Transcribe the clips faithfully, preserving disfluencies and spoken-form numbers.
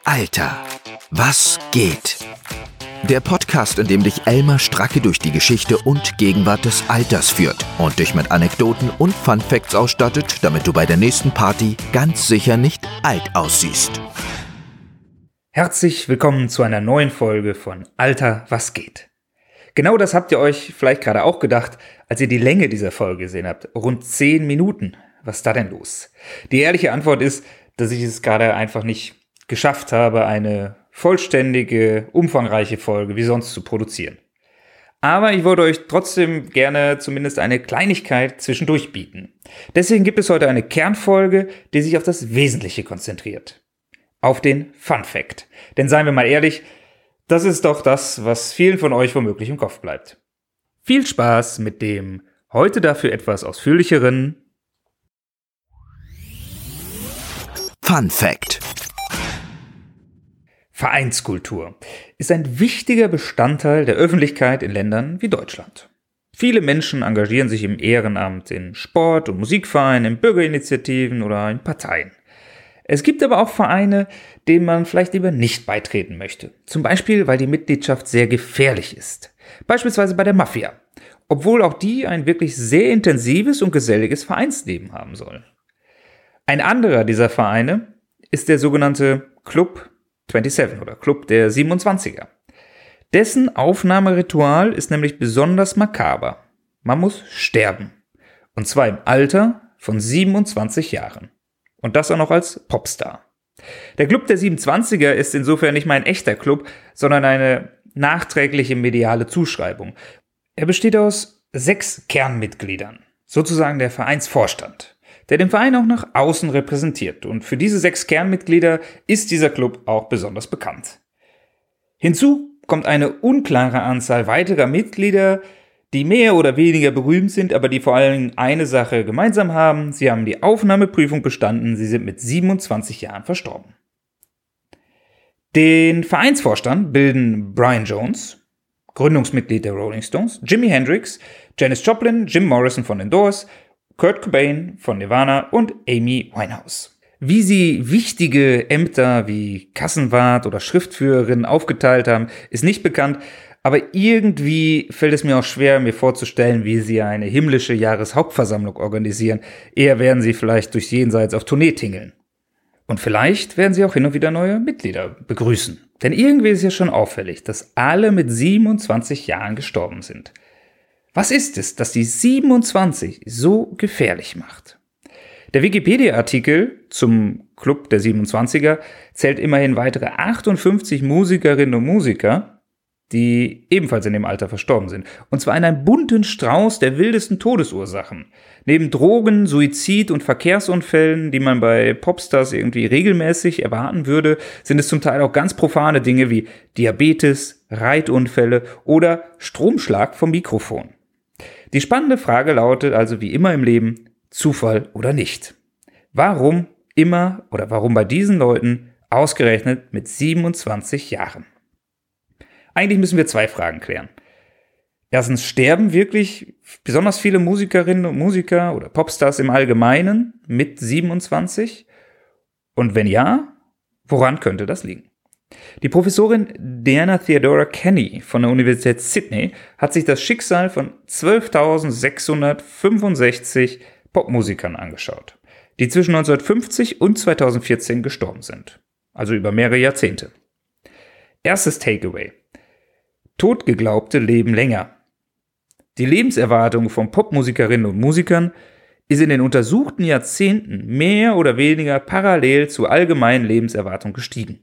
Alter, was geht? Der Podcast, in dem dich Elmar Stracke durch die Geschichte und Gegenwart des Alters führt und dich mit Anekdoten und Funfacts ausstattet, damit du bei der nächsten Party ganz sicher nicht alt aussiehst. Herzlich willkommen zu einer neuen Folge von Alter, was geht? Genau das habt ihr euch vielleicht gerade auch gedacht, als ihr die Länge dieser Folge gesehen habt. Rund zehn Minuten. Was ist da denn los? Die ehrliche Antwort ist, dass ich es gerade einfach nicht geschafft habe, eine vollständige, umfangreiche Folge wie sonst zu produzieren. Aber ich wollte euch trotzdem gerne zumindest eine Kleinigkeit zwischendurch bieten. Deswegen gibt es heute eine Kernfolge, die sich auf das Wesentliche konzentriert. Auf den Fun Fact. Denn seien wir mal ehrlich, das ist doch das, was vielen von euch womöglich im Kopf bleibt. Viel Spaß mit dem heute dafür etwas ausführlicheren Fun Fact. Vereinskultur ist ein wichtiger Bestandteil der Öffentlichkeit in Ländern wie Deutschland. Viele Menschen engagieren sich im Ehrenamt in Sport- und Musikvereinen, in Bürgerinitiativen oder in Parteien. Es gibt aber auch Vereine, denen man vielleicht lieber nicht beitreten möchte. Zum Beispiel, weil die Mitgliedschaft sehr gefährlich ist. Beispielsweise bei der Mafia. Obwohl auch die ein wirklich sehr intensives und geselliges Vereinsleben haben soll. Ein anderer dieser Vereine ist der sogenannte Club siebenundzwanzig oder Club der siebenundzwanziger. Dessen Aufnahmeritual ist nämlich besonders makaber. Man muss sterben. Und zwar im Alter von siebenundzwanzig Jahren. Und das auch noch als Popstar. Der Club der siebenundzwanziger ist insofern nicht mal ein echter Club, sondern eine nachträgliche mediale Zuschreibung. Er besteht aus sechs Kernmitgliedern, sozusagen der Vereinsvorstand, der den Verein auch nach außen repräsentiert. Und für diese sechs Kernmitglieder ist dieser Club auch besonders bekannt. Hinzu kommt eine unklare Anzahl weiterer Mitglieder, die mehr oder weniger berühmt sind, aber die vor allem eine Sache gemeinsam haben: Sie haben die Aufnahmeprüfung bestanden, sie sind mit siebenundzwanzig Jahren verstorben. Den Vereinsvorstand bilden Brian Jones, Gründungsmitglied der Rolling Stones, Jimi Hendrix, Janis Joplin, Jim Morrison von den Doors, Kurt Cobain von Nirvana und Amy Winehouse. Wie sie wichtige Ämter wie Kassenwart oder Schriftführerin aufgeteilt haben, ist nicht bekannt, aber irgendwie fällt es mir auch schwer, mir vorzustellen, wie sie eine himmlische Jahreshauptversammlung organisieren. Eher werden sie vielleicht durchs Jenseits auf Tournee tingeln. Und vielleicht werden sie auch hin und wieder neue Mitglieder begrüßen. Denn irgendwie ist ja schon auffällig, dass alle mit siebenundzwanzig Jahren gestorben sind. Was ist es, das die siebenundzwanzig so gefährlich macht? Der Wikipedia-Artikel zum Club der siebenundzwanziger zählt immerhin weitere achtundfünfzig Musikerinnen und Musiker, die ebenfalls in dem Alter verstorben sind. Und zwar in einem bunten Strauß der wildesten Todesursachen. Neben Drogen, Suizid und Verkehrsunfällen, die man bei Popstars irgendwie regelmäßig erwarten würde, sind es zum Teil auch ganz profane Dinge wie Diabetes, Reitunfälle oder Stromschlag vom Mikrofon. Die spannende Frage lautet also wie immer im Leben: Zufall oder nicht? Warum immer oder warum bei diesen Leuten ausgerechnet mit siebenundzwanzig Jahren? Eigentlich müssen wir zwei Fragen klären. Erstens, sterben wirklich besonders viele Musikerinnen und Musiker oder Popstars im Allgemeinen mit siebenundzwanzig? Und wenn ja, woran könnte das liegen? Die Professorin Diana Theodora Kenny von der Universität Sydney hat sich das Schicksal von zwölftausendsechshundertfünfundsechzig Popmusikern angeschaut, die zwischen neunzehnhundertfünfzig und zweitausendvierzehn gestorben sind, also über mehrere Jahrzehnte. Erstes Takeaway: Totgeglaubte leben länger. Die Lebenserwartung von Popmusikerinnen und Musikern ist in den untersuchten Jahrzehnten mehr oder weniger parallel zur allgemeinen Lebenserwartung gestiegen.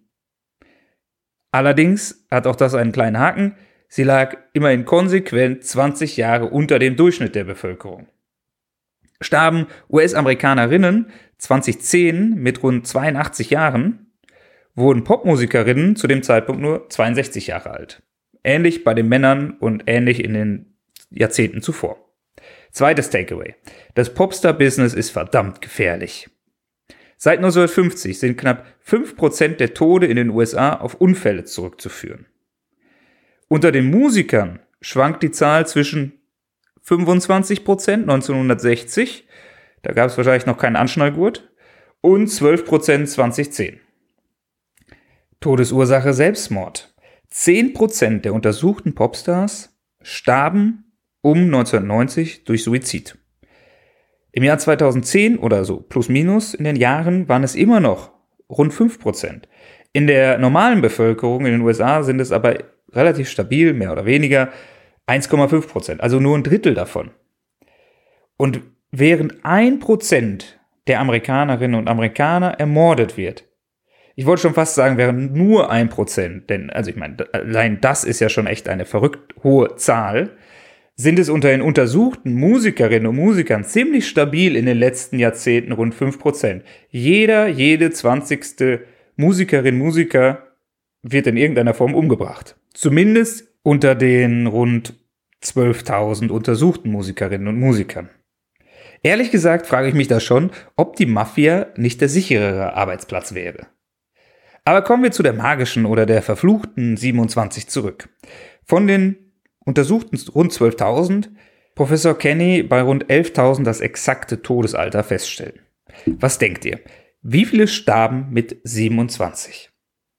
Allerdings hat auch das einen kleinen Haken: Sie lag immerhin konsequent zwanzig Jahre unter dem Durchschnitt der Bevölkerung. Starben U S-Amerikanerinnen zweitausendzehn mit rund zweiundachtzig Jahren, wurden Popmusikerinnen zu dem Zeitpunkt nur zweiundsechzig Jahre alt. Ähnlich bei den Männern und ähnlich in den Jahrzehnten zuvor. Zweites Takeaway: Das Popstar-Business ist verdammt gefährlich. Seit neunzehnhundertfünfzig sind knapp fünf Prozent der Tode in den U S A auf Unfälle zurückzuführen. Unter den Musikern schwankt die Zahl zwischen fünfundzwanzig Prozent neunzehnhundertsechzig, da gab es wahrscheinlich noch keinen Anschnallgurt, und zwölf Prozent zweitausendzehn. Todesursache Selbstmord. zehn Prozent der untersuchten Popstars starben um neunzehnhundertneunzig durch Suizid. Im Jahr zweitausendzehn oder so plus minus in den Jahren waren es immer noch rund fünf Prozent. In der normalen Bevölkerung in den U S A sind es aber relativ stabil, mehr oder weniger, eins Komma fünf Prozent, also nur ein Drittel davon. Und während ein Prozent der Amerikanerinnen und Amerikaner ermordet wird, ich wollte schon fast sagen, wären nur ein Prozent, denn also ich meine, allein das ist ja schon echt eine verrückt hohe Zahl, sind es unter den untersuchten Musikerinnen und Musikern ziemlich stabil in den letzten Jahrzehnten rund fünf Prozent. Jeder, jede zwanzigste Musikerin, Musiker wird in irgendeiner Form umgebracht. Zumindest unter den rund zwölftausend untersuchten Musikerinnen und Musikern. Ehrlich gesagt frage ich mich da schon, ob die Mafia nicht der sicherere Arbeitsplatz wäre. Aber kommen wir zu der magischen oder der verfluchten siebenundzwanzig zurück. Von den untersuchten rund zwölftausend, Professor Kenny bei rund elftausend das exakte Todesalter feststellen. Was denkt ihr? Wie viele starben mit siebenundzwanzig?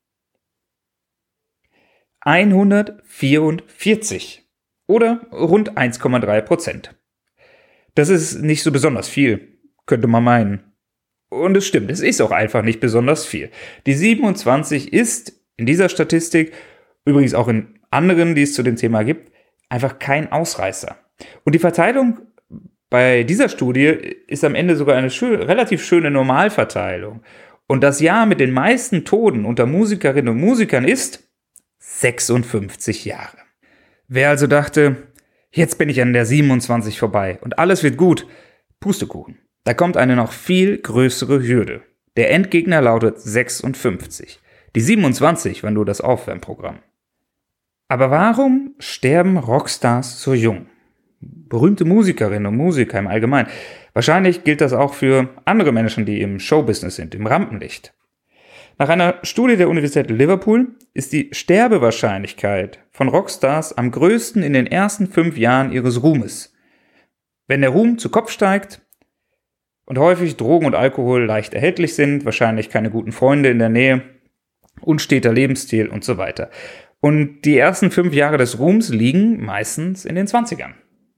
hundertvierundvierzig oder rund eins Komma drei Prozent. Das ist nicht so besonders viel, könnte man meinen. Und es stimmt, es ist auch einfach nicht besonders viel. Die siebenundzwanzig ist in dieser Statistik, übrigens auch in anderen, die es zu dem Thema gibt, einfach kein Ausreißer. Und die Verteilung bei dieser Studie ist am Ende sogar eine schön, relativ schöne Normalverteilung. Und das Jahr mit den meisten Toten unter Musikerinnen und Musikern ist sechsundfünfzig Jahre. Wer also dachte, jetzt bin ich an der siebenundzwanzig vorbei und alles wird gut, Pustekuchen. Da kommt eine noch viel größere Hürde. Der Endgegner lautet sechsundfünfzig. Die siebenundzwanzig war nur das Aufwärmprogramm. Aber warum sterben Rockstars so jung? Berühmte Musikerinnen und Musiker im Allgemeinen. Wahrscheinlich gilt das auch für andere Menschen, die im Showbusiness sind, im Rampenlicht. Nach einer Studie der Universität Liverpool ist die Sterbewahrscheinlichkeit von Rockstars am größten in den ersten fünf Jahren ihres Ruhmes. Wenn der Ruhm zu Kopf steigt und häufig Drogen und Alkohol leicht erhältlich sind, wahrscheinlich keine guten Freunde in der Nähe, unsteter Lebensstil und so weiter. Und die ersten fünf Jahre des Ruhms liegen meistens in den zwanzigern.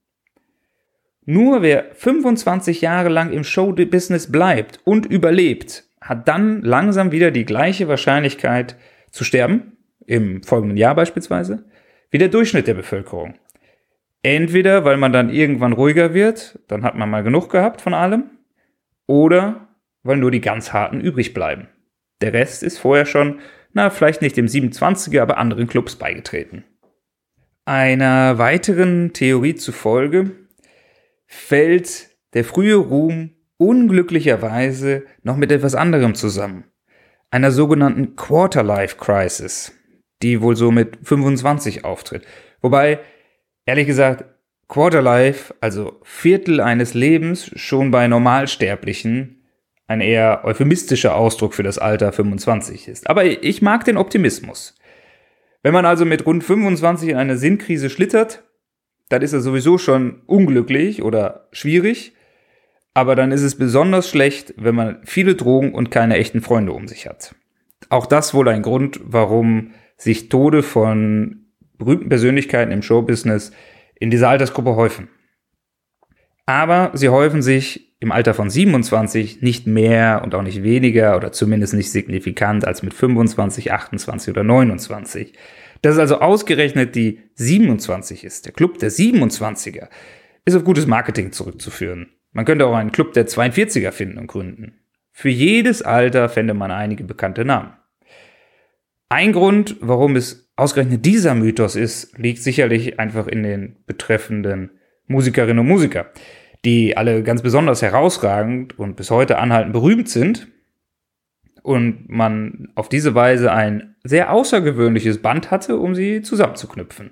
Nur wer fünfundzwanzig Jahre lang im Showbusiness bleibt und überlebt, hat dann langsam wieder die gleiche Wahrscheinlichkeit zu sterben, im folgenden Jahr beispielsweise, wie der Durchschnitt der Bevölkerung. Entweder, weil man dann irgendwann ruhiger wird, dann hat man mal genug gehabt von allem, oder weil nur die ganz Harten übrig bleiben. Der Rest ist vorher schon, na, vielleicht nicht dem siebenundzwanziger, aber anderen Clubs beigetreten. Einer weiteren Theorie zufolge fällt der frühe Ruhm unglücklicherweise noch mit etwas anderem zusammen. Einer sogenannten Quarter-Life-Crisis, die wohl so mit fünfundzwanzig auftritt. Wobei, ehrlich gesagt, Quarter-Life, also Viertel eines Lebens, schon bei Normalsterblichen ein eher euphemistischer Ausdruck für das Alter fünfundzwanzig ist. Aber ich mag den Optimismus. Wenn man also mit rund fünfundzwanzig in eine Sinnkrise schlittert, dann ist er sowieso schon unglücklich oder schwierig. Aber dann ist es besonders schlecht, wenn man viele Drogen und keine echten Freunde um sich hat. Auch das wohl ein Grund, warum sich Tode von berühmten Persönlichkeiten im Showbusiness in dieser Altersgruppe häufen. Aber sie häufen sich im Alter von siebenundzwanzig nicht mehr und auch nicht weniger oder zumindest nicht signifikant als mit fünfundzwanzig, achtundzwanzig oder neunundzwanzig. Dass es also ausgerechnet die siebenundzwanzig ist, der Club der siebenundzwanziger, ist auf gutes Marketing zurückzuführen. Man könnte auch einen Club der zweiundvierziger finden und gründen. Für jedes Alter fände man einige bekannte Namen. Ein Grund, warum es ausgerechnet dieser Mythos ist, liegt sicherlich einfach in den betreffenden Musikerinnen und Musiker, die alle ganz besonders herausragend und bis heute anhaltend berühmt sind und man auf diese Weise ein sehr außergewöhnliches Band hatte, um sie zusammenzuknüpfen.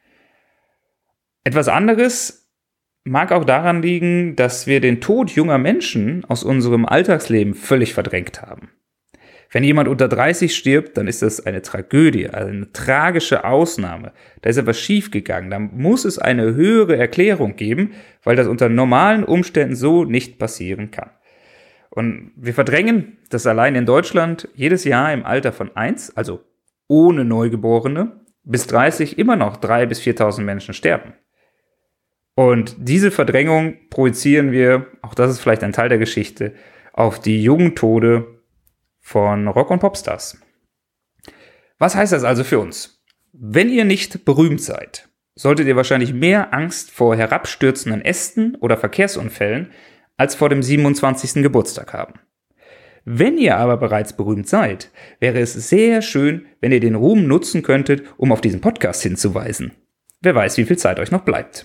Etwas anderes mag auch daran liegen, dass wir den Tod junger Menschen aus unserem Alltagsleben völlig verdrängt haben. Wenn jemand unter dreißig stirbt, dann ist das eine Tragödie, also eine tragische Ausnahme. Da ist etwas schiefgegangen. Da muss es eine höhere Erklärung geben, weil das unter normalen Umständen so nicht passieren kann. Und wir verdrängen, dass allein in Deutschland jedes Jahr im Alter von eins, also ohne Neugeborene, bis dreißig immer noch dreitausend bis viertausend Menschen sterben. Und diese Verdrängung projizieren wir, auch das ist vielleicht ein Teil der Geschichte, auf die jungen Tode von Rock- und Popstars. Was heißt das also für uns? Wenn ihr nicht berühmt seid, solltet ihr wahrscheinlich mehr Angst vor herabstürzenden Ästen oder Verkehrsunfällen als vor dem siebenundzwanzigsten Geburtstag haben. Wenn ihr aber bereits berühmt seid, wäre es sehr schön, wenn ihr den Ruhm nutzen könntet, um auf diesen Podcast hinzuweisen. Wer weiß, wie viel Zeit euch noch bleibt.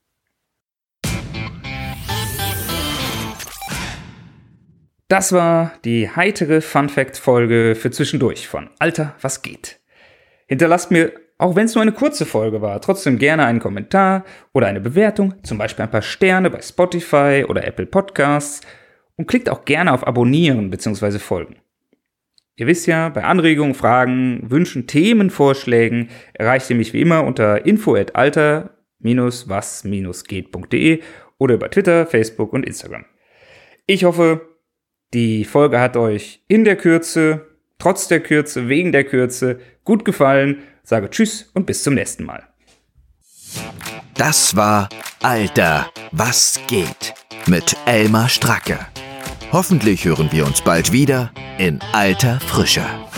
Das war die heitere Fun-Fact-Folge für zwischendurch von Alter, was geht? Hinterlasst mir, auch wenn es nur eine kurze Folge war, trotzdem gerne einen Kommentar oder eine Bewertung, zum Beispiel ein paar Sterne bei Spotify oder Apple Podcasts und klickt auch gerne auf Abonnieren bzw. Folgen. Ihr wisst ja, bei Anregungen, Fragen, Wünschen, Themenvorschlägen erreicht ihr mich wie immer unter info at alter Bindestrich was Bindestrich geht punkt de oder über Twitter, Facebook und Instagram. Ich hoffe, die Folge hat euch in der Kürze, trotz der Kürze, wegen der Kürze gut gefallen. Sage Tschüss und bis zum nächsten Mal. Das war Alter, was geht? Mit Elmar Stracke. Hoffentlich hören wir uns bald wieder in alter Frische.